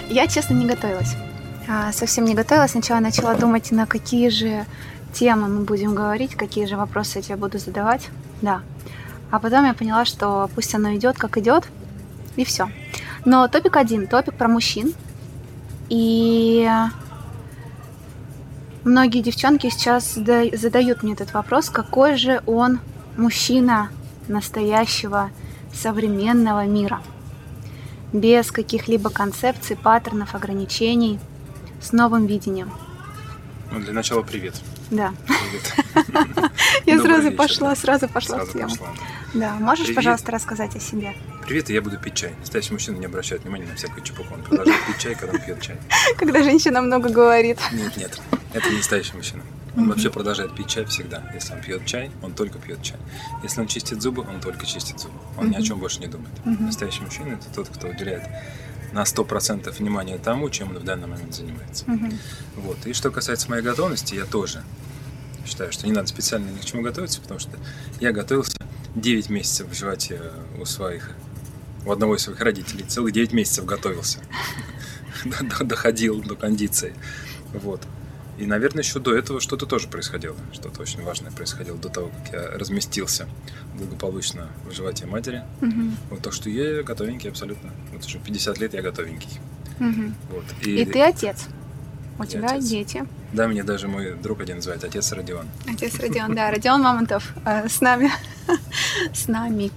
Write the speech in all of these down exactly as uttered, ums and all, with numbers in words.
Я, честно, не готовилась. А, совсем не готовилась. Сначала начала думать, на какие же темы мы будем говорить, какие же вопросы я тебе буду задавать. Да. А потом я поняла, что пусть оно идет, как идет, и все. Но топик один, топик про мужчин. И многие девчонки сейчас задают мне этот вопрос, какой же он мужчина настоящего современного мира. Без каких-либо концепций, паттернов, ограничений, с новым видением. Ну, для начала привет. Да. Привет. Я сразу пошла, сразу пошла в тему. Пошла. Да, можешь, Привет. Пожалуйста, рассказать о себе? Привет, и я буду пить чай. Настоящий мужчина не обращает внимания на всякую чепуху. Он продолжает пить чай, когда он пьет чай. Когда женщина много говорит. Нет, нет, это не настоящий мужчина. Он mm-hmm. вообще продолжает пить чай всегда. Если он пьет чай, он только пьет чай. Если он чистит зубы, он только чистит зубы. Он mm-hmm. ни о чем больше не думает. Mm-hmm. Настоящий мужчина – это тот, кто уделяет на сто процентов внимания тому, чем он в данный момент занимается. Mm-hmm. Вот. И что касается моей готовности, я тоже считаю, что не надо специально ни к чему готовиться, потому что я готовился девять месяцев в животе у своих, у одного из своих родителей. Целых девять месяцев готовился. Доходил до кондиции. Вот. И, наверное, еще до этого что-то тоже происходило. Что-то очень важное происходило до того, как я разместился благополучно в животе матери. Угу. Вот то, что я готовенький абсолютно. Вот уже пятьдесят лет я готовенький. Угу. Вот. И, и ты отец. У я тебя отец. Дети. Да, меня даже мой друг один называет отец Родион. Отец Родион, да. Родион Мамонтов э, с нами. С нами.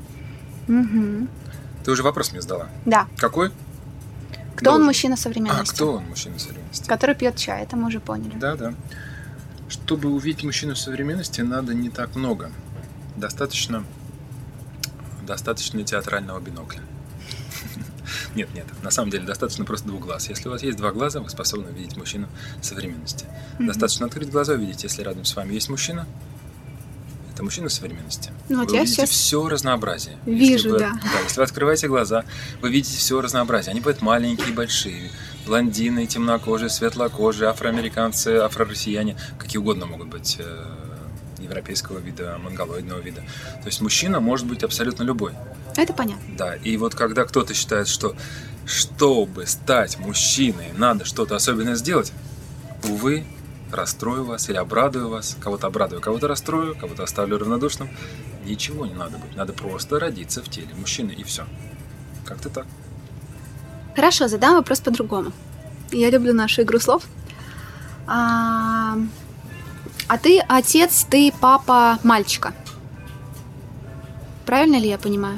Угу. Ты уже вопрос мне задала? Да. Какой? Кто Должен. Он мужчина современности? А, кто он мужчина современности? Который пьет чай, это мы уже поняли. Да, да. Чтобы увидеть мужчину современности, надо не так много. Достаточно, достаточно театрального бинокля. Нет, нет, на самом деле достаточно просто двух глаз. Если у вас есть два глаза, вы способны увидеть мужчину современности. Mm-hmm. Достаточно открыть глаза, увидеть, если рядом с вами есть мужчина, это мужчина современности. Ну, вот вы я увидите сейчас все разнообразие. Вижу, вы, да. да. Если вы открываете глаза, вы видите все разнообразие. Они бывают маленькие и большие. Блондины, темнокожие, светлокожие, афроамериканцы, афро-россияне. Какие угодно могут быть э, европейского вида, монголоидного вида. То есть мужчина может быть абсолютно любой. Это понятно. Да, и вот когда кто-то считает, что чтобы стать мужчиной, надо что-то особенное сделать, увы, расстрою вас или обрадую вас, кого-то обрадую, кого-то расстрою, кого-то оставлю равнодушным. Ничего не надо быть, надо просто родиться в теле мужчины и все. Как-то так. Хорошо, задам вопрос по-другому. Я люблю нашу игру слов. А, а ты отец, ты папа мальчика. Правильно ли я понимаю?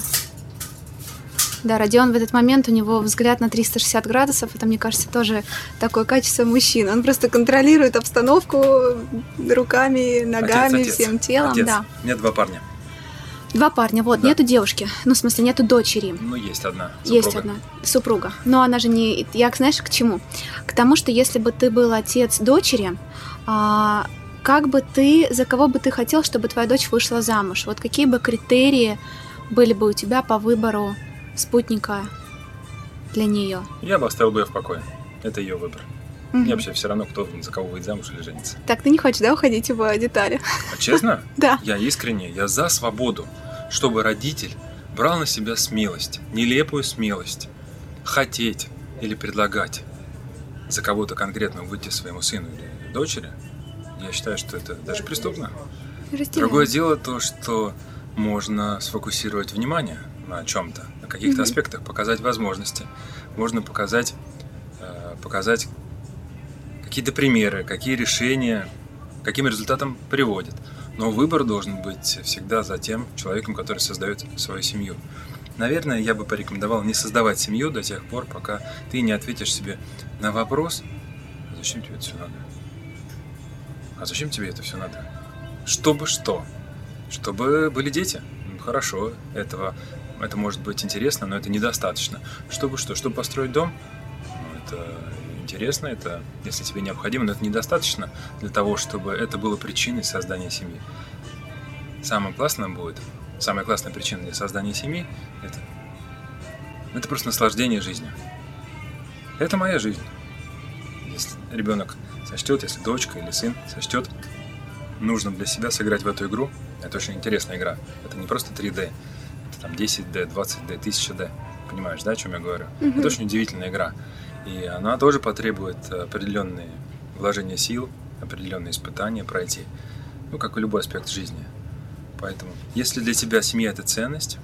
Да, Родион в этот момент, у него взгляд на триста шестьдесят градусов, это, мне кажется, тоже такое качество мужчины. Он просто контролирует обстановку руками, ногами, отец, отец. всем телом. Отец. Да. У меня два парня. Два парня, вот, да. Нету девушки, ну, в смысле, нету дочери. Ну, есть одна супруга. Есть одна супруга, но она же не... Я, знаешь, к чему? К тому, что если бы ты был отец дочери, а, как бы ты, за кого бы ты хотел, чтобы твоя дочь вышла замуж? Вот какие бы критерии были бы у тебя по выбору спутника для нее? Я бы оставил бы ее в покое. Это ее выбор. Угу. Мне вообще все равно, кто за кого выйдет замуж или женится. Так, ты не хочешь, да, уходить в детали? А честно? Да. Я искренне, я за свободу, чтобы родитель брал на себя смелость, нелепую смелость, хотеть или предлагать за кого-то конкретно выйти своему сыну или дочери. Я считаю, что это даже преступно. Разделяю. Другое дело то, что можно сфокусировать внимание на чем-то, на каких-то mm-hmm. аспектах, показать возможности. Можно показать, э, показать какие-то примеры, какие решения, каким результатам приводят. Но выбор должен быть всегда за тем человеком, который создает свою семью. Наверное, я бы порекомендовал не создавать семью до тех пор, пока ты не ответишь себе на вопрос: а зачем тебе это все надо? А зачем тебе это все надо? Чтобы что? Чтобы были дети? Ну, хорошо, этого, это может быть интересно, но это недостаточно. Чтобы что? Чтобы построить дом? Ну, это интересно, это, если тебе необходимо, но это недостаточно для того, чтобы это было причиной создания семьи. Самым классным будет, самая классная причина для создания семьи – это, это просто наслаждение жизнью. Это моя жизнь. Если ребенок сочтет, если дочка или сын сочтет нужным для себя сыграть в эту игру, это очень интересная игра. Это не просто три дэ, это там десять дэ, двадцать дэ, тысяча дэ. Понимаешь, да, о чем я говорю? Mm-hmm. Это очень удивительная игра. И она тоже потребует определенные вложения сил, определенные испытания пройти. Ну, как и любой аспект жизни. Поэтому, если для тебя семья – это ценность,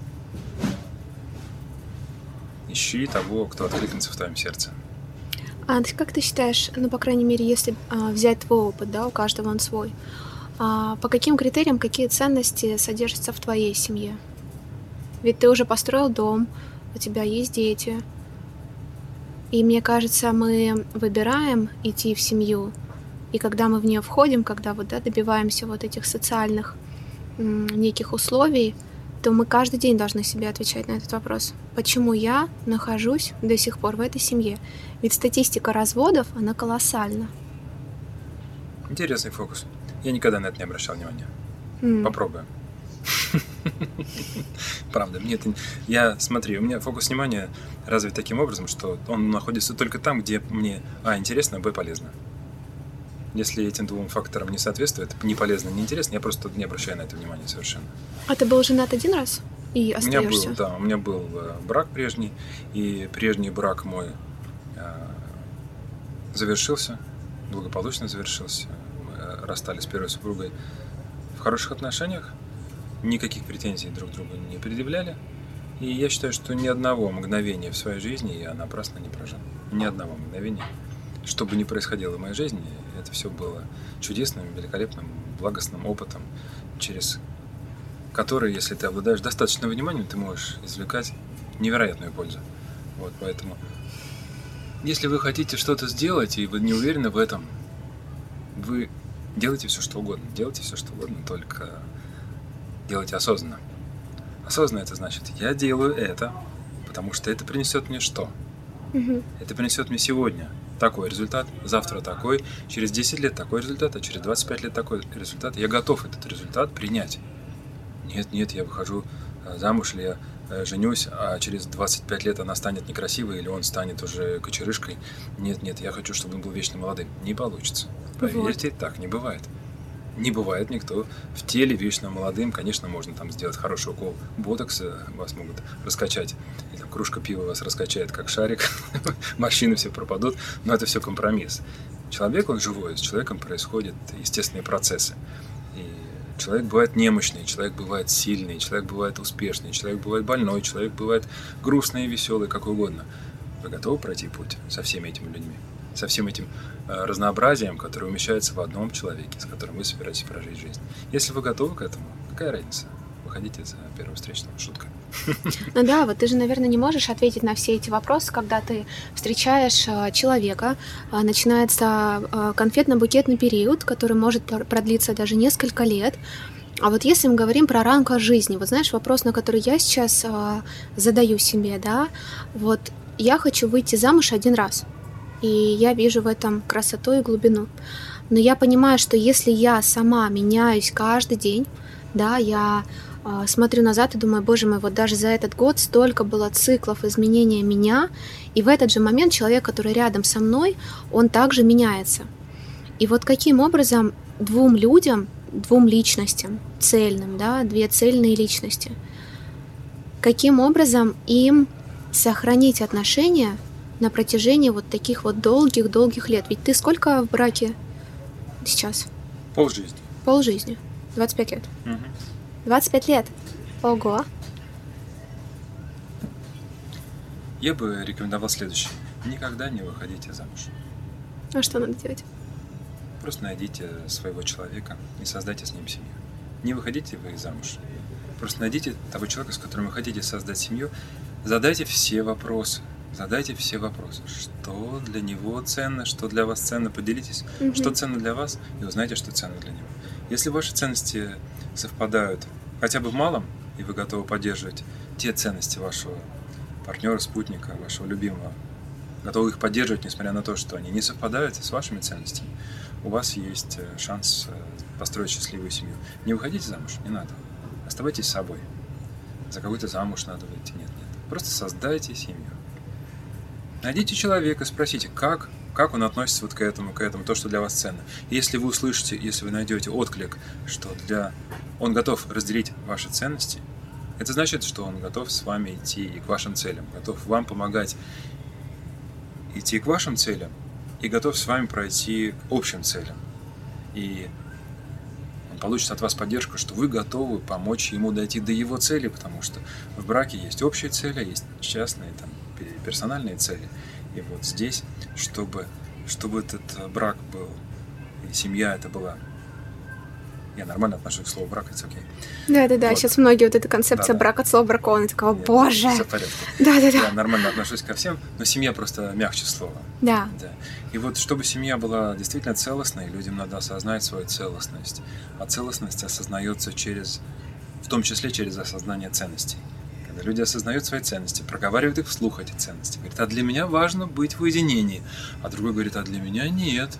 ищи того, кто откликнется в твоем сердце. А как ты считаешь, ну, по крайней мере, если а, взять твой опыт, да, у каждого он свой, а, по каким критериям, какие ценности содержатся в твоей семье? Ведь ты уже построил дом, у тебя есть дети. И мне кажется, мы выбираем идти в семью, и когда мы в нее входим, когда вот, да, добиваемся вот этих социальных м, неких условий, то мы каждый день должны себе отвечать на этот вопрос. Почему я нахожусь до сих пор в этой семье? Ведь статистика разводов, она колоссальна. Интересный фокус. Я никогда на это не обращал внимания. М. Попробуем. Правда, мне это... Я, смотри, у меня фокус внимания развит таким образом, что он находится только там, где мне, а, интересно, б, полезно. Если этим двум факторам не соответствует, не полезно, не интересно, я просто не обращаю на это внимания совершенно. А ты был женат один раз и У меня остаешься? был, да, у меня был э, брак прежний, и прежний брак мой э, завершился, благополучно завершился. Мы э, расстались с первой супругой в хороших отношениях, никаких претензий друг к другу не предъявляли. И я считаю, что ни одного мгновения в своей жизни я напрасно не прожил. Ни одного мгновения. Что бы ни происходило в моей жизни, это все было чудесным, великолепным, благостным опытом, через который, если ты обладаешь достаточным вниманием, ты можешь извлекать невероятную пользу. Вот, поэтому, если вы хотите что-то сделать, и вы не уверены в этом, вы делайте все, что угодно. Делайте все, что угодно, только делайте осознанно. Осознанно это значит, я делаю это, потому что это принесет мне что? Мгм. Это принесет мне сегодня такой результат, завтра такой, через десять лет такой результат, а через двадцать пять лет такой результат. Я готов этот результат принять. Нет, нет, я выхожу э, замуж, или я э, женюсь, а через двадцать пять лет она станет некрасивой, или он станет уже кочерышкой. Нет, нет, я хочу, чтобы он был вечно молодым. Не получится. Поверьте, так не бывает. Не бывает никто в теле вечно молодым. Конечно, можно там сделать хороший укол ботокса, вас могут раскачать, или там кружка пива вас раскачает как шарик, морщины все пропадут, но это все компромисс. Человек, он живой, с человеком происходят естественные процессы. И человек бывает немощный, человек бывает сильный, человек бывает успешный, человек бывает больной, человек бывает грустный и веселый, как угодно. Вы готовы пройти путь со всеми этими людьми? Со всем этим э, разнообразием, которое умещается в одном человеке, с которым вы собираетесь прожить жизнь. Если вы готовы к этому, какая разница? Выходите за первого встречного. Шутка. Ну да, вот ты же, наверное, не можешь ответить на все эти вопросы, когда ты встречаешь а, человека, а, начинается а, конфетно-букетный период, который может пр- продлиться даже несколько лет. А вот если мы говорим про рамку жизни, вот знаешь, вопрос, на который я сейчас а, задаю себе, да, вот я хочу выйти замуж один раз, и я вижу в этом красоту и глубину. Но я понимаю, что если я сама меняюсь каждый день, да, я а, смотрю назад и думаю, боже мой, вот даже за этот год столько было циклов изменения меня, и в этот же момент человек, который рядом со мной, он также меняется. И вот каким образом двум людям, двум личностям, цельным, да, две цельные личности, каким образом им сохранить отношения на протяжении вот таких вот долгих-долгих лет? Ведь ты сколько в браке сейчас? Полжизни. Полжизни. двадцать пять лет. Мгм. двадцать пять лет. Ого. Я бы рекомендовал следующее. Никогда не выходите замуж. А что надо делать? Просто найдите своего человека и создайте с ним семью. Не выходите вы замуж. Просто найдите того человека, с которым вы хотите создать семью. Задайте все вопросы. Задайте все вопросы. Что для него ценно, что для вас ценно. Поделитесь, Мгм. что ценно для вас, и узнайте, что ценно для него. Если ваши ценности совпадают хотя бы в малом, и вы готовы поддерживать те ценности вашего партнера, спутника, вашего любимого, готовы их поддерживать, несмотря на то, что они не совпадают с вашими ценностями, у вас есть э, шанс э, построить счастливую семью. Не выходите замуж, не надо. Оставайтесь собой. За какой-то замуж надо выйти. Нет, нет. Просто создайте семью. Найдите человека, спросите, как, как он относится вот к этому, к этому, то, что для вас ценно. И если вы услышите, если вы найдете отклик, что для... он готов разделить ваши ценности, это значит, что он готов с вами идти и к вашим целям, готов вам помогать идти к вашим целям и готов с вами пройти к общим целям. И он получит от вас поддержку, что вы готовы помочь ему дойти до его цели, потому что в браке есть общие цели, есть частные, там, персональные цели. И вот здесь, чтобы, чтобы этот брак был, и семья это была... Я нормально отношусь к слову брак, это окей. Да-да-да, вот. Сейчас многие вот эта концепция Да-да. брак от слова бракованный, такого, Нет, боже! Все в порядке. Да-да-да. Я нормально отношусь ко всем, но семья просто мягче слова. Да. Да. И вот чтобы семья была действительно целостной, людям надо осознать свою целостность. А целостность осознается через, в том числе через осознание ценностей. Когда люди осознают свои ценности, проговаривают их вслух, эти ценности. Говорят, а для меня важно быть в уединении. А другой говорит, а для меня нет.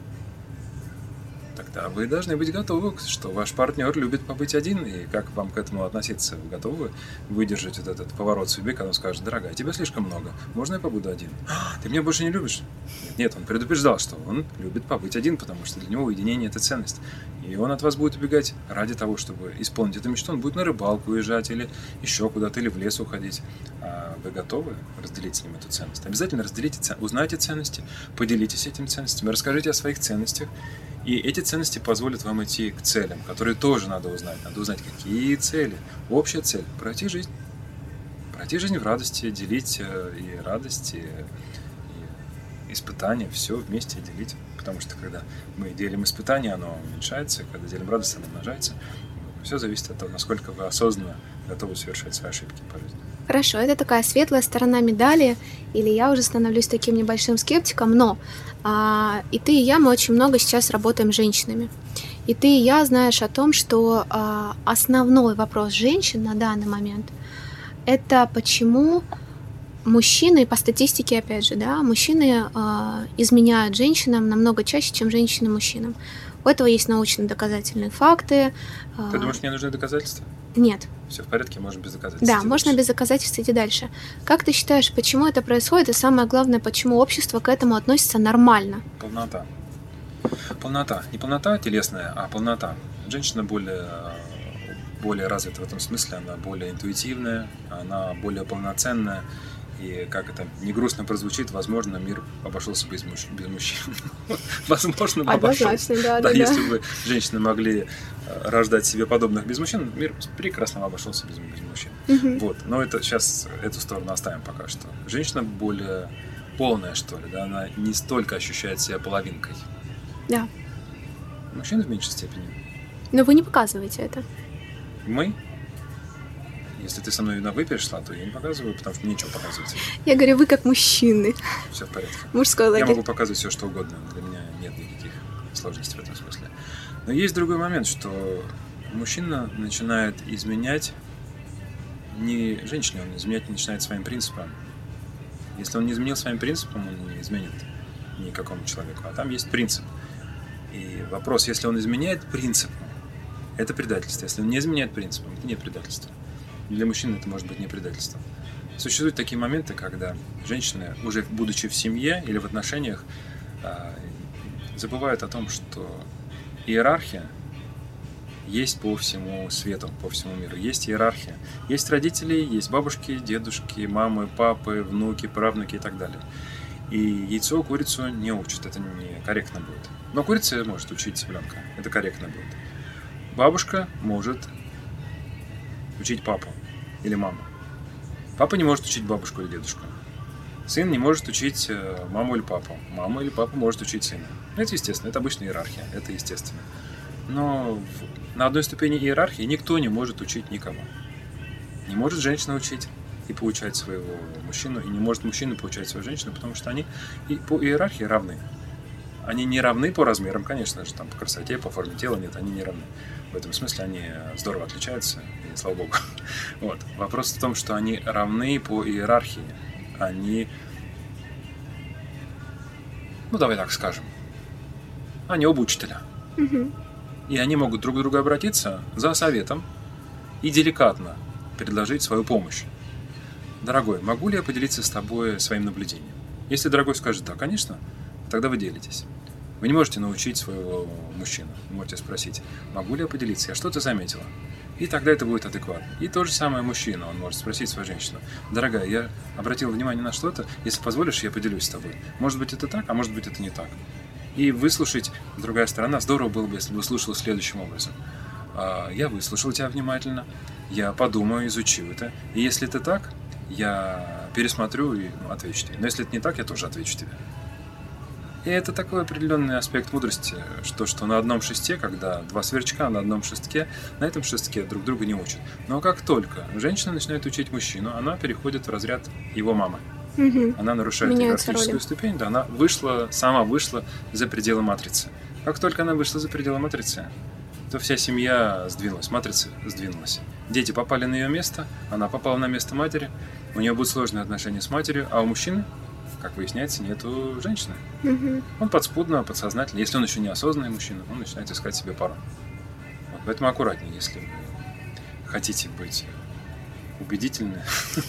Тогда вы должны быть готовы, что ваш партнер любит побыть один, и как вам к этому относиться? Вы готовы выдержать вот этот поворот судьбы, когда он скажет, дорогая, тебя слишком много, можно я побуду один? А, ты меня больше не любишь? Нет, нет, он предупреждал, что он любит побыть один, потому что для него уединение – это ценность. И он от вас будет убегать ради того, чтобы исполнить эту мечту. Он будет на рыбалку уезжать, или еще куда-то, или в лес уходить. А вы готовы разделить с ним эту ценность? Обязательно разделите, цен... узнайте ценности, поделитесь этими ценностями, расскажите о своих ценностях. И эти ценности позволят вам идти к целям, которые тоже надо узнать. Надо узнать, какие цели. Общая цель – пройти жизнь. Пройти жизнь в радости, делить и радость, и, и испытания, все вместе делить. Потому что когда мы делим испытания, оно уменьшается, когда делим радость, оно умножается. Все зависит от того, насколько вы осознанно готовы совершать свои ошибки по жизни. Хорошо, это такая светлая сторона медали, или я уже становлюсь таким небольшим скептиком, но а, и ты, и я, мы очень много сейчас работаем с женщинами. И ты, и я знаешь о том, что а, основной вопрос женщин на данный момент – это почему мужчины, по статистике опять же, да, мужчины а, изменяют женщинам намного чаще, чем женщины мужчинам. У этого есть научно-доказательные факты. Ты думаешь, мне нужны доказательства? Нет. Все в порядке, можно без доказательств. Да, можно дальше. Без доказательств идти дальше. Как ты считаешь, почему это происходит, и самое главное, почему общество к этому относится нормально? Полнота. Полнота. Не полнота телесная, а полнота. Женщина более, более развита в этом смысле, она более интуитивная, она более полноценная. И как это не грустно прозвучит, возможно, мир обошелся без, муж... без мужчин. Возможно, бы обошелся. Да, да, да, да. Если бы женщины могли рождать себе подобных без мужчин, мир прекрасно обошелся без, без мужчин. Угу. Вот. Но это сейчас эту сторону оставим пока что. Женщина более полная, что ли, да, она не столько ощущает себя половинкой. Да. Мужчины в меньшей степени. Но вы не показываете это. Мы? Если ты со мной на «вы» перешла, то я не показываю, потому что нечего показывать. Я говорю, вы как мужчины. Все в порядке. Мужской лагерь. Я могу показывать все, что угодно. Для меня нет никаких сложностей в этом смысле. Но есть другой момент, что мужчина начинает изменять не женщине, он изменять начинает своим принципам. Если он не изменил своим принципам, он не изменит никакому человеку. А там есть принцип. И вопрос, если он изменяет принципам, это предательство. Если он не изменяет принципам, это не предательство. Для мужчин это может быть не предательство. Существуют такие моменты, когда женщины, уже будучи в семье или в отношениях, забывают о том, что иерархия есть по всему свету, по всему миру. Есть иерархия. Есть родители, есть бабушки, дедушки, мамы, папы, внуки, правнуки и так далее. И яйцо курицу не учат, это не корректно будет. Но курица может учить цыпленка, это корректно будет. Бабушка может учить папу или маму. Папа не может учить бабушку или дедушку. Сын не может учить маму или папу. Мама или папа может учить сына. Это естественно, это обычная иерархия, это естественно. Но на одной ступени иерархии никто не может учить никого. Не может женщина учить и поучать своего мужчину, и не может мужчина поучать свою женщину, потому что они и по иерархии равны. Они не равны по размерам, конечно же, там, по красоте, по форме тела, нет, они не равны. В этом смысле они здорово отличаются, и слава богу. Вот. Вопрос в том, что они равны по иерархии. Они, ну давай так скажем, они оба учителя. Угу. И они могут друг к другу обратиться за советом и деликатно предложить свою помощь. Дорогой, могу ли я поделиться с тобой своим наблюдением? Если дорогой скажет «да», конечно, тогда вы делитесь. Вы не можете научить своего мужчину. Вы можете спросить, могу ли я поделиться? Я что-то заметила. И тогда это будет адекватно. И то же самое мужчина, он может спросить свою женщину: дорогая, я обратил внимание на что-то, если позволишь, я поделюсь с тобой. Может быть, это так, а может быть, это не так. И выслушать другая сторона. Здорово было бы, если бы выслушала следующим образом: я выслушал тебя внимательно, я подумаю, изучу это, и если это так, я пересмотрю и ну, отвечу тебе. Но если это не так, я тоже отвечу тебе. И это такой определенный аспект мудрости, что, что на одном шесте, когда два сверчка на одном шестке, на этом шестке друг друга не учат. Но как только женщина начинает учить мужчину, она переходит в разряд его мамы. Угу. Она нарушает иерархическую ступень, да, она вышла, сама вышла за пределы матрицы. Как только она вышла за пределы матрицы, то вся семья сдвинулась, матрица сдвинулась. Дети попали на ее место, она попала на место матери, у нее будут сложные отношения с матерью, а у мужчины, как выясняется, нету женщины. Угу. Он подспудно, подсознательно, если он еще не осознанный мужчина, он начинает искать себе пару. Вот, поэтому аккуратнее, если вы хотите быть убедительны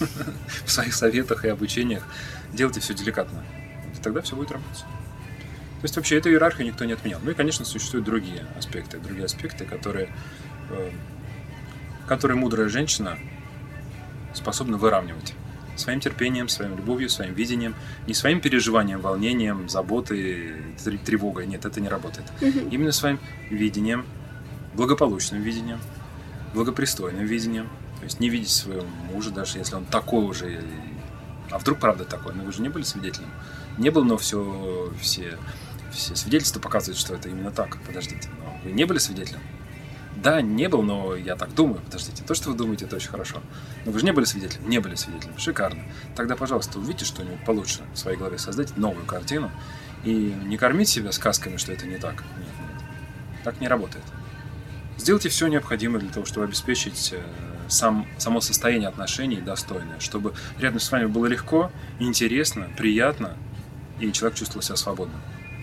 в своих советах и обучениях, делайте все деликатно. И тогда все будет работать. То есть вообще эту иерархию никто не отменял. Ну и, конечно, существуют другие аспекты, другие аспекты, которые, э, которые мудрая женщина способна выравнивать. Своим терпением, своей любовью, своим видением, не своим переживанием, волнением, заботой, тревогой. Нет, это не работает. Mm-hmm. Именно своим видением, благополучным видением, благопристойным видением. То есть не видеть своего мужа, даже если он такой уже. А вдруг правда такой? Но вы же не были свидетелем. Не был, но все, все, все свидетельства показывают, что это именно так. Подождите, но вы не были свидетелем? Да, не был, но я так думаю. Подождите, то, что вы думаете, это очень хорошо. Но вы же не были свидетелем? Не были свидетелем. Шикарно. Тогда, пожалуйста, увидите что-нибудь получше в своей голове, создайте новую картину и не кормить себя сказками, что это не так. Нет, нет. Так не работает. Сделайте все необходимое для того, чтобы обеспечить сам, само состояние отношений достойное, чтобы рядом с вами было легко, интересно, приятно, и человек чувствовал себя свободно.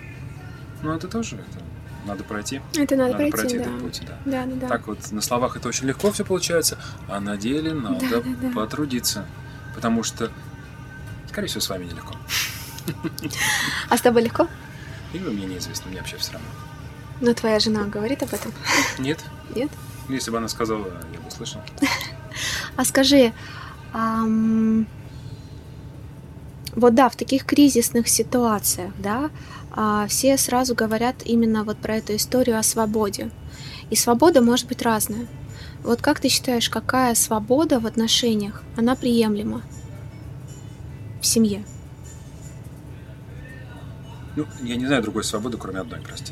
Ну, это тоже это надо пройти. Это надо, надо пройти, пройти да. этот путь, да. Да, да, да. Так вот, на словах это очень легко все получается, а на деле надо да, да, да. потрудиться. Потому что, скорее всего, с вами нелегко. А с тобой легко? И мне неизвестно, мне вообще все равно. Но твоя жена говорит об этом? Нет. Нет? Если бы она сказала, я бы услышал. А скажи, ам... вот да, в таких кризисных ситуациях, да, все сразу говорят именно вот про эту историю о свободе. И свобода может быть разная. Вот как ты считаешь, какая свобода в отношениях, она приемлема в семье? Ну, я не знаю другой свободы, кроме одной, прости.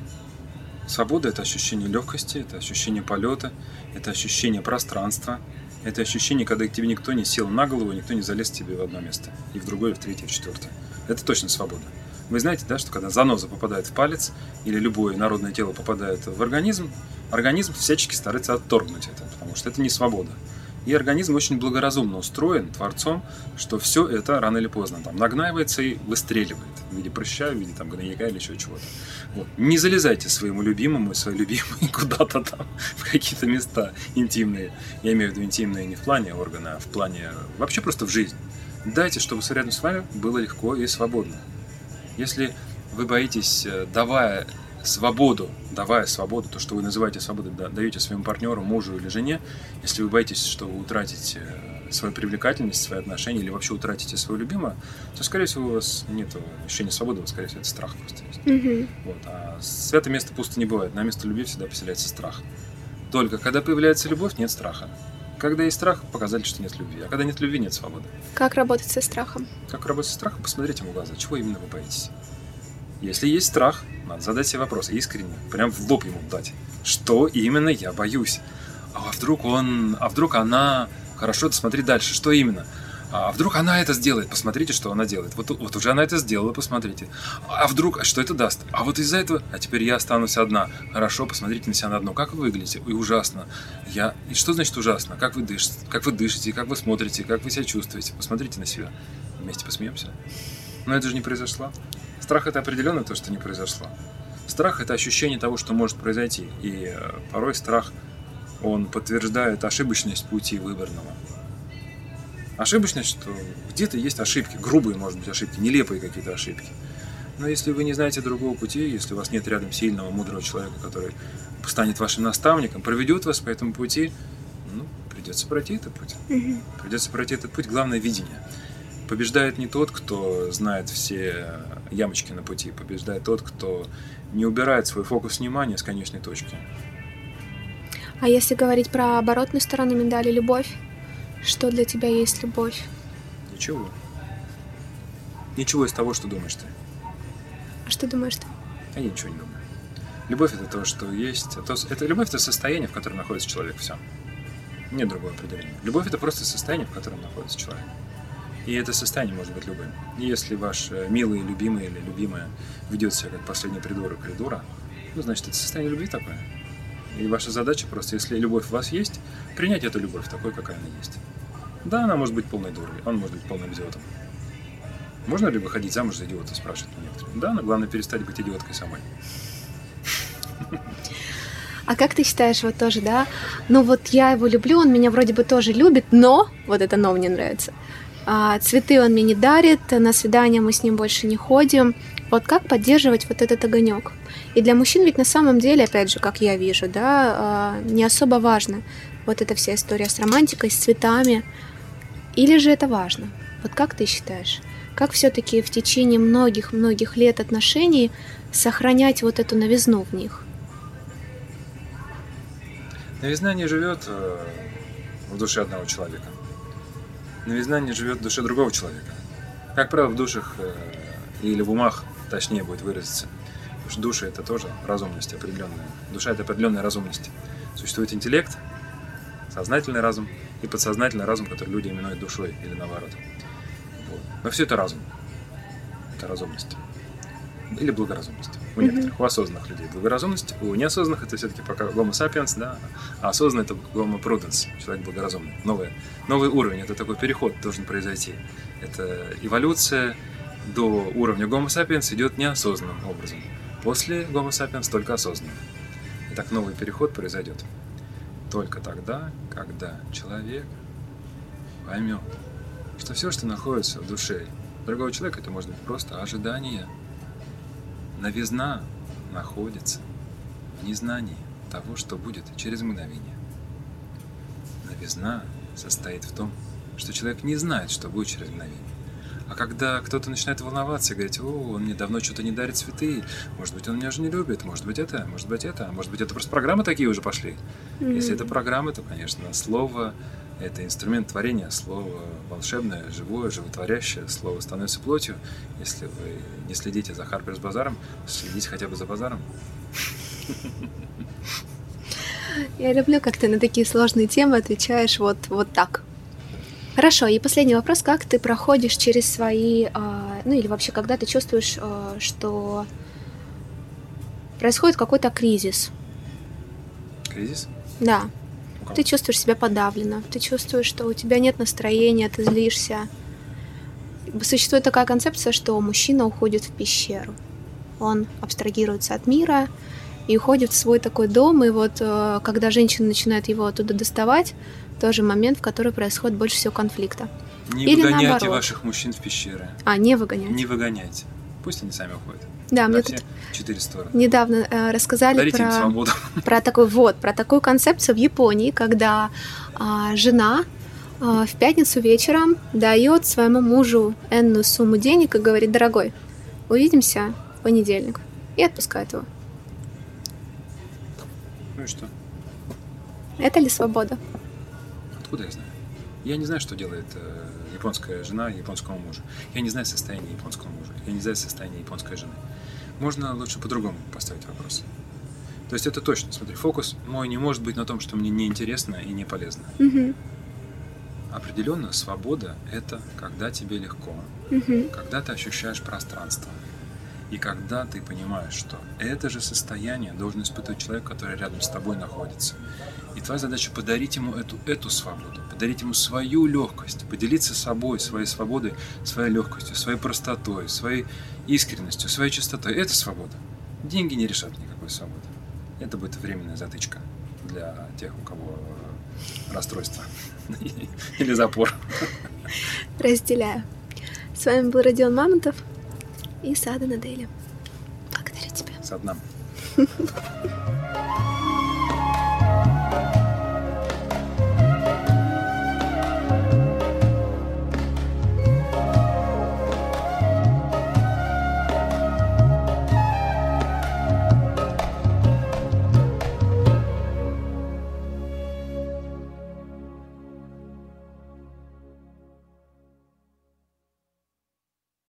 Свобода – это ощущение легкости, это ощущение полета, это ощущение пространства, это ощущение, когда к тебе никто не сел на голову, никто не залез тебе в одно место, и в другое, и в третье, и в четвертое. Это точно свобода. Вы знаете, да, что когда заноза попадает в палец или любое народное тело попадает в организм, организм всячески старается отторгнуть это, потому что это не свобода. И организм очень благоразумно устроен Творцом, что все это рано или поздно там нагнаивается и выстреливает в виде прыща, в виде там гнойника или еще чего-то. Вот. Не залезайте своему любимому и своей любимой куда-то там в какие-то места интимные. Я имею в виду интимные не в плане органа, а в плане вообще просто в жизнь. Дайте, чтобы рядом с вами было легко и свободно. Если вы боитесь, давая свободу, давая свободу, то, что вы называете свободой, даете своему партнеру, мужу или жене, если вы боитесь, что вы утратите свою привлекательность, свои отношения или вообще утратите свою любимую, то, скорее всего, у вас нет ощущения свободы, скорее всего, это страх просто есть. Mm-hmm. Вот. А святое место пусто не бывает, на место любви всегда поселяется страх. Только когда появляется любовь, нет страха. Когда есть страх, показали, что нет любви. А когда нет любви, нет свободы. Как работать со страхом? Как работать со страхом? Посмотрите ему в глаза. Чего именно вы боитесь? Если есть страх, надо задать себе вопрос искренне, прям в лоб ему дать. Что именно я боюсь? А вдруг он, а вдруг она... Хорошо, смотри дальше. Что именно? А вдруг она это сделает? Посмотрите, что она делает. Вот, вот уже она это сделала, посмотрите. А вдруг, а что это даст? А вот из-за этого, а теперь я останусь одна. Хорошо, посмотрите на себя на одно. Как вы выглядите? И ужасно. Я... И что значит ужасно? Как вы дышите? Как вы дышите? Как вы смотрите? Как вы себя чувствуете? Посмотрите на себя. Вместе посмеемся. Но это же не произошло. Страх – это определенно то, что не произошло. Страх – это ощущение того, что может произойти. И порой страх, он подтверждает ошибочность пути выбранного. Ошибочность, что где-то есть ошибки, грубые, может быть, ошибки, нелепые какие-то ошибки. Но если вы не знаете другого пути, если у вас нет рядом сильного, мудрого человека, который станет вашим наставником, проведет вас по этому пути, ну, придется пройти этот путь. Mm-hmm. Придется пройти этот путь. Главное — видение. Побеждает не тот, кто знает все ямочки на пути, побеждает тот, кто не убирает свой фокус внимания с конечной точки. А если говорить про оборотную сторону медали, любовь, что для тебя есть любовь? Ничего. Ничего из того, что думаешь ты. А что думаешь ты? А я ничего не думаю. Любовь — это то, что есть. Это, это, любовь — это состояние, в котором находится человек. Все. Нет другого определения. Любовь — это просто состояние, в котором находится человек. И это состояние может быть любым. И если ваш милый, любимый или любимая ведет себя как последний придурок коридора, ну, значит, это состояние любви такое. И ваша задача просто, если любовь у вас есть, принять эту любовь такой, какая она есть. Да, она может быть полной дурой, он может быть полным идиотом. Можно ли выходить замуж за идиота, спрашивают некоторые. Да, но главное перестать быть идиоткой самой. А как ты считаешь, вот тоже, да? Ну вот я его люблю, он меня вроде бы тоже любит, но, вот это «но» мне нравится, а, цветы он мне не дарит, на свидания мы с ним больше не ходим. Вот как поддерживать вот этот огонек? И для мужчин ведь на самом деле, опять же, как я вижу, да, а, не особо важно вот эта вся история с романтикой, с цветами. Или же это важно? Вот как ты считаешь? Как все-таки в течение многих-многих лет отношений сохранять вот эту новизну в них? Новизна не живет э, в душе одного человека. Новизна не живет в душе другого человека. Как правило, в душах э, или в умах, точнее будет выразиться. Потому что души — это тоже разумность определенная. Душа — это определенная разумность. Существует интеллект, сознательный разум и подсознательный разум, который люди именуют душой или наоборот. Вот. Но все это разум. Это разумность. Или благоразумность. У некоторых, mm-hmm. у осознанных людей благоразумность, у неосознанных это все-таки пока Homo sapiens, да, а осознанный это Homo prudens, человек благоразумный. Новый, новый уровень, это такой переход должен произойти. Это эволюция до уровня Homo sapiens идет неосознанным образом. После Homo sapiens только осознанным. И так новый переход произойдет только тогда, когда человек поймет, что все, что находится в душе другого человека, это может быть просто ожидание. Новизна находится в незнании того, что будет через мгновение. Новизна состоит в том, что человек не знает, что будет через мгновение. А когда кто-то начинает волноваться и говорить: о, он мне давно что-то не дарит цветы, может быть, он меня уже не любит, может быть, это, может быть, это, может быть, это просто программы такие уже пошли. Mm-hmm. Если это программы, то, конечно, слово — это инструмент творения, слово волшебное, живое, животворящее, слово становится плотью. Если вы не следите за Harper's Bazaar, следите хотя бы за базаром. Я люблю, как ты на такие сложные темы отвечаешь вот, вот так. Хорошо, и последний вопрос. Как ты проходишь через свои... Ну или вообще, когда ты чувствуешь, что происходит какой-то кризис? Кризис? Да. Ты чувствуешь себя подавленно, ты чувствуешь, что у тебя нет настроения, ты злишься. Существует такая концепция, что мужчина уходит в пещеру. Он абстрагируется от мира и уходит в свой такой дом. И вот когда женщина начинает его оттуда доставать, тоже момент, в который происходит больше всего конфликта. Не Или выгоняйте наоборот. ваших мужчин в пещеры. А, не выгоняйте. Не выгоняйте. Пусть они сами уходят. Да, мне все тут четыре стороны. недавно э, рассказали Дарите им про, свободу. про такой вот, про такую концепцию в Японии, когда э, жена э, в пятницу вечером дает своему мужу энную сумму денег и говорит: дорогой, увидимся в понедельник, и отпускает его. Ну и что? Это ли свобода? Откуда я знаю? Я не знаю, что делает э, японская жена японскому мужу. Я не знаю состояние японского мужа. Я не знаю состояние японской жены. Можно лучше по-другому поставить вопрос. То есть это точно, смотри, фокус мой не может быть на том, что мне неинтересно и не полезно. Угу. Определенно, свобода — это когда тебе легко, угу. когда ты ощущаешь пространство. И когда ты понимаешь, что это же состояние должен испытывать человек, который рядом с тобой находится. И твоя задача — подарить ему эту, эту свободу, подарить ему свою легкость, поделиться собой, своей свободой, своей легкостью, своей простотой, своей искренностью, своей чистотой. Это свобода. Деньги не решат никакой свободы. Это будет временная затычка для тех, у кого расстройство или запор. Разделяю. С вами был Родион Мамонтов. и сада на Деле. Благодарю тебя. Сад нам.